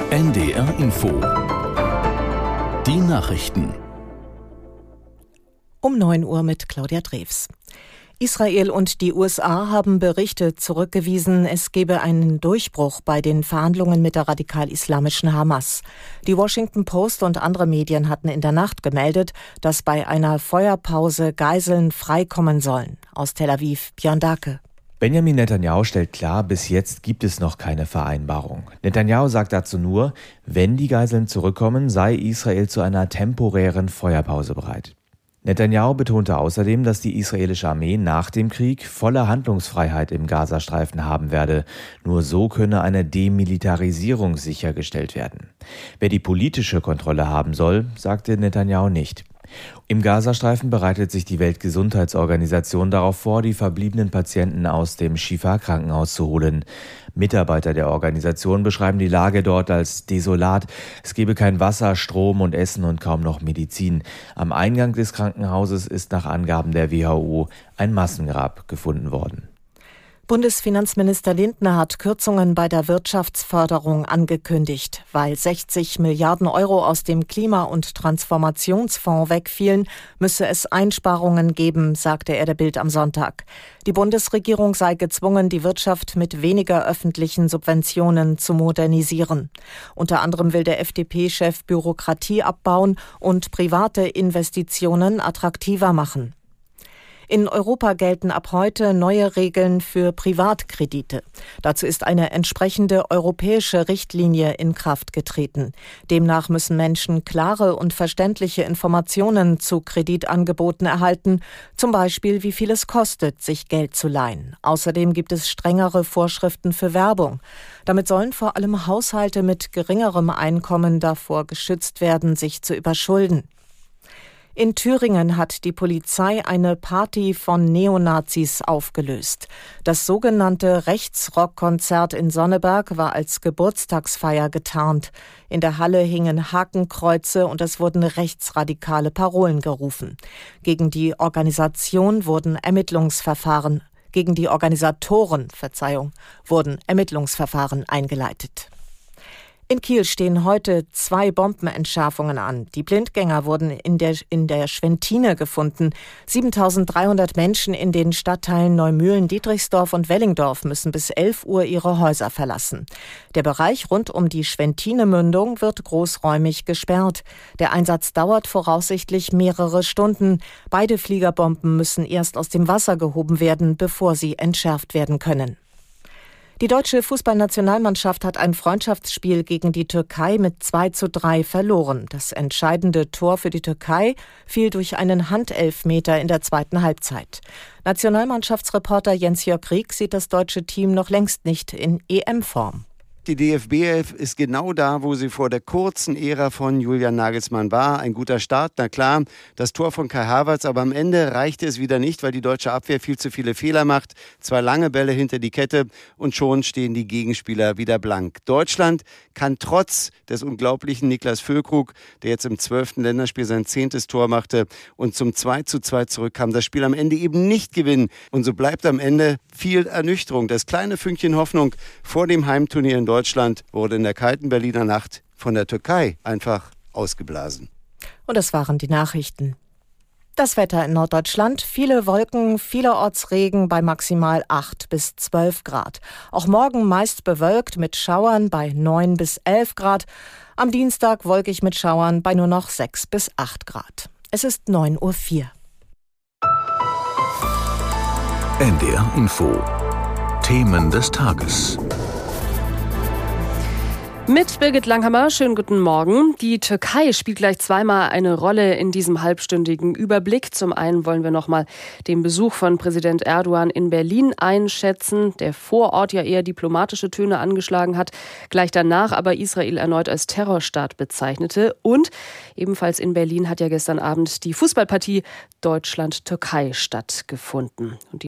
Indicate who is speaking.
Speaker 1: NDR Info. Die Nachrichten.
Speaker 2: Um 9 Uhr mit Claudia Drews. Israel und die USA haben Berichte zurückgewiesen, es gebe einen Durchbruch bei den Verhandlungen mit der radikal-islamischen Hamas. Die Washington Post und andere Medien hatten in der Nacht gemeldet, dass bei einer Feuerpause Geiseln freikommen sollen. Aus Tel Aviv, Björn Dake.
Speaker 3: Benjamin Netanyahu stellt klar, bis jetzt gibt es noch keine Vereinbarung. Netanyahu sagt dazu nur, wenn die Geiseln zurückkommen, sei Israel zu einer temporären Feuerpause bereit. Netanyahu betonte außerdem, dass die israelische Armee nach dem Krieg volle Handlungsfreiheit im Gazastreifen haben werde. Nur so könne eine Demilitarisierung sichergestellt werden. Wer die politische Kontrolle haben soll, sagte Netanyahu nicht. Im Gazastreifen bereitet sich die Weltgesundheitsorganisation darauf vor, die verbliebenen Patienten aus dem Schifa-Krankenhaus zu holen. Mitarbeiter der Organisation beschreiben die Lage dort als desolat. Es gebe kein Wasser, Strom und Essen und kaum noch Medizin. Am Eingang des Krankenhauses ist nach Angaben der WHO ein Massengrab gefunden worden.
Speaker 2: Bundesfinanzminister Lindner hat Kürzungen bei der Wirtschaftsförderung angekündigt. Weil 60 Milliarden Euro aus dem Klima- und Transformationsfonds wegfielen, müsse es Einsparungen geben, sagte er der Bild am Sonntag. Die Bundesregierung sei gezwungen, die Wirtschaft mit weniger öffentlichen Subventionen zu modernisieren. Unter anderem will der FDP-Chef Bürokratie abbauen und private Investitionen attraktiver machen. In Europa gelten ab heute neue Regeln für Privatkredite. Dazu ist eine entsprechende europäische Richtlinie in Kraft getreten. Demnach müssen Menschen klare und verständliche Informationen zu Kreditangeboten erhalten, zum Beispiel wie viel es kostet, sich Geld zu leihen. Außerdem gibt es strengere Vorschriften für Werbung. Damit sollen vor allem Haushalte mit geringerem Einkommen davor geschützt werden, sich zu überschulden. In Thüringen hat die Polizei eine Party von Neonazis aufgelöst. Das sogenannte Rechtsrockkonzert in Sonneberg war als Geburtstagsfeier getarnt. In der Halle hingen Hakenkreuze und es wurden rechtsradikale Parolen gerufen. Gegen die Organisatoren wurden Ermittlungsverfahren eingeleitet. In Kiel stehen heute 2 Bombenentschärfungen an. Die Blindgänger wurden in der Schwentine gefunden. 7.300 Menschen in den Stadtteilen Neumühlen, Dietrichsdorf und Wellingdorf müssen bis 11 Uhr ihre Häuser verlassen. Der Bereich rund um die Schwentine-Mündung wird großräumig gesperrt. Der Einsatz dauert voraussichtlich mehrere Stunden. Beide Fliegerbomben müssen erst aus dem Wasser gehoben werden, bevor sie entschärft werden können. Die deutsche Fußballnationalmannschaft hat ein Freundschaftsspiel gegen die Türkei mit 2:3 verloren. Das entscheidende Tor für die Türkei fiel durch einen Handelfmeter in der zweiten Halbzeit. Nationalmannschaftsreporter Jens-Jörg Rieck sieht das deutsche Team noch längst nicht in EM-Form.
Speaker 4: Die DFB-Elf ist genau da, wo sie vor der kurzen Ära von Julian Nagelsmann war. Ein guter Start, na klar, das Tor von Kai Havertz, aber am Ende reichte es wieder nicht, weil die deutsche Abwehr viel zu viele Fehler macht. 2 lange Bälle hinter die Kette und schon stehen die Gegenspieler wieder blank. Deutschland kann trotz des unglaublichen Niklas Füllkrug, der jetzt im 12. Länderspiel sein 10. Tor machte und zum 2:2 zurückkam, das Spiel am Ende eben nicht gewinnen. Und so bleibt am Ende viel Ernüchterung. Das kleine Fünkchen Hoffnung vor dem Heimturnier in Deutschland wurde in der kalten Berliner Nacht von der Türkei einfach ausgeblasen.
Speaker 2: Und das waren die Nachrichten. Das Wetter in Norddeutschland: viele Wolken, vielerorts Regen bei maximal 8 bis 12 Grad. Auch morgen meist bewölkt mit Schauern bei 9 bis 11 Grad. Am Dienstag wolkig mit Schauern bei nur noch 6 bis 8 Grad. Es ist 9:04 Uhr.
Speaker 1: NDR Info. Themen des Tages.
Speaker 5: Mit Birgit Langhammer, schönen guten Morgen. Die Türkei spielt gleich zweimal eine Rolle in diesem halbstündigen Überblick. Zum einen wollen wir nochmal den Besuch von Präsident Erdogan in Berlin einschätzen, der vor Ort ja eher diplomatische Töne angeschlagen hat, gleich danach aber Israel erneut als Terrorstaat bezeichnete. Und ebenfalls in Berlin hat ja gestern Abend die Fußballpartie Deutschland-Türkei stattgefunden. Und